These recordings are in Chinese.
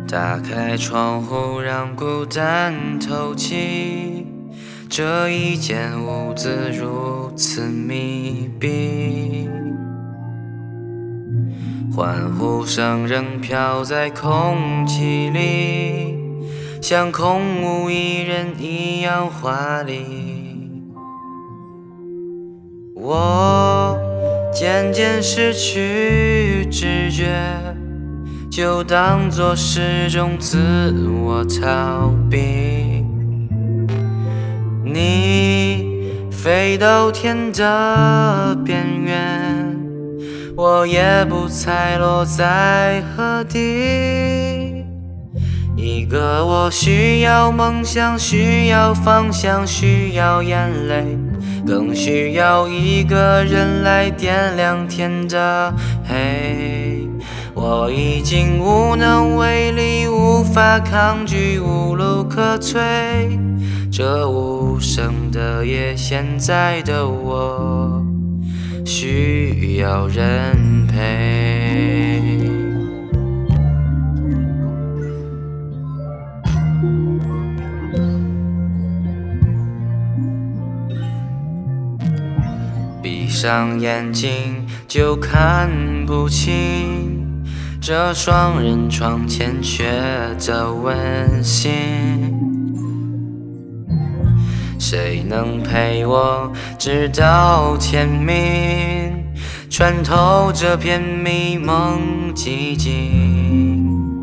打开窗户，让孤单透气。这一间屋子如此密闭，欢呼声仍飘在空气里，像空无一人一样华丽。我渐渐失去知觉，就当作是种自我逃避。你飞到天的边缘，我也不猜落在何地。一个我需要梦想，需要方向，需要眼泪，更需要一个人来点亮天的黑。我已经无能为力，无法抗拒，无路可退。这无声的夜，现在的我需要人陪。闭上眼睛就看不清，这双人床欠缺的温馨。谁能陪我直到天明，穿透这片迷蒙寂静？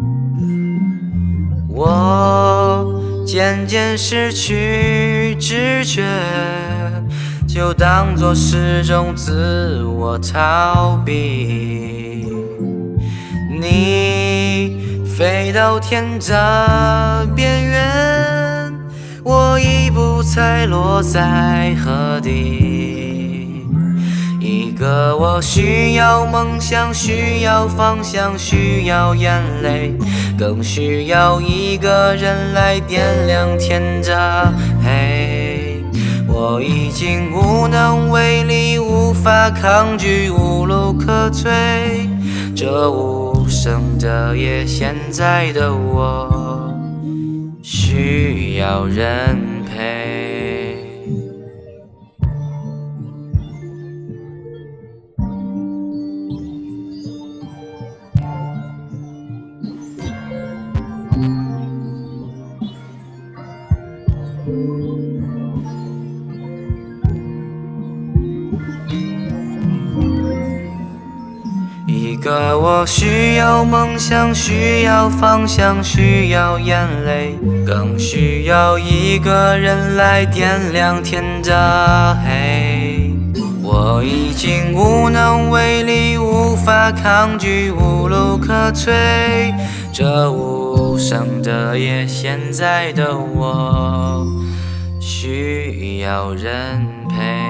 我渐渐失去知觉，就当作是种自我逃避。你飞到天的边缘，我已不猜落在何地。一个我需要梦想，需要方向，需要眼泪，更需要一个人来点亮天的黑。我已经无能为力，无法抗拒，无路可退。这无声的夜，现在的我需要人陪。一个我需要梦想，需要方向，需要眼泪，更需要一个人来点亮天的黑。我已经无能为力，无法抗拒，无路可退。这无声的夜，现在的我需要人陪。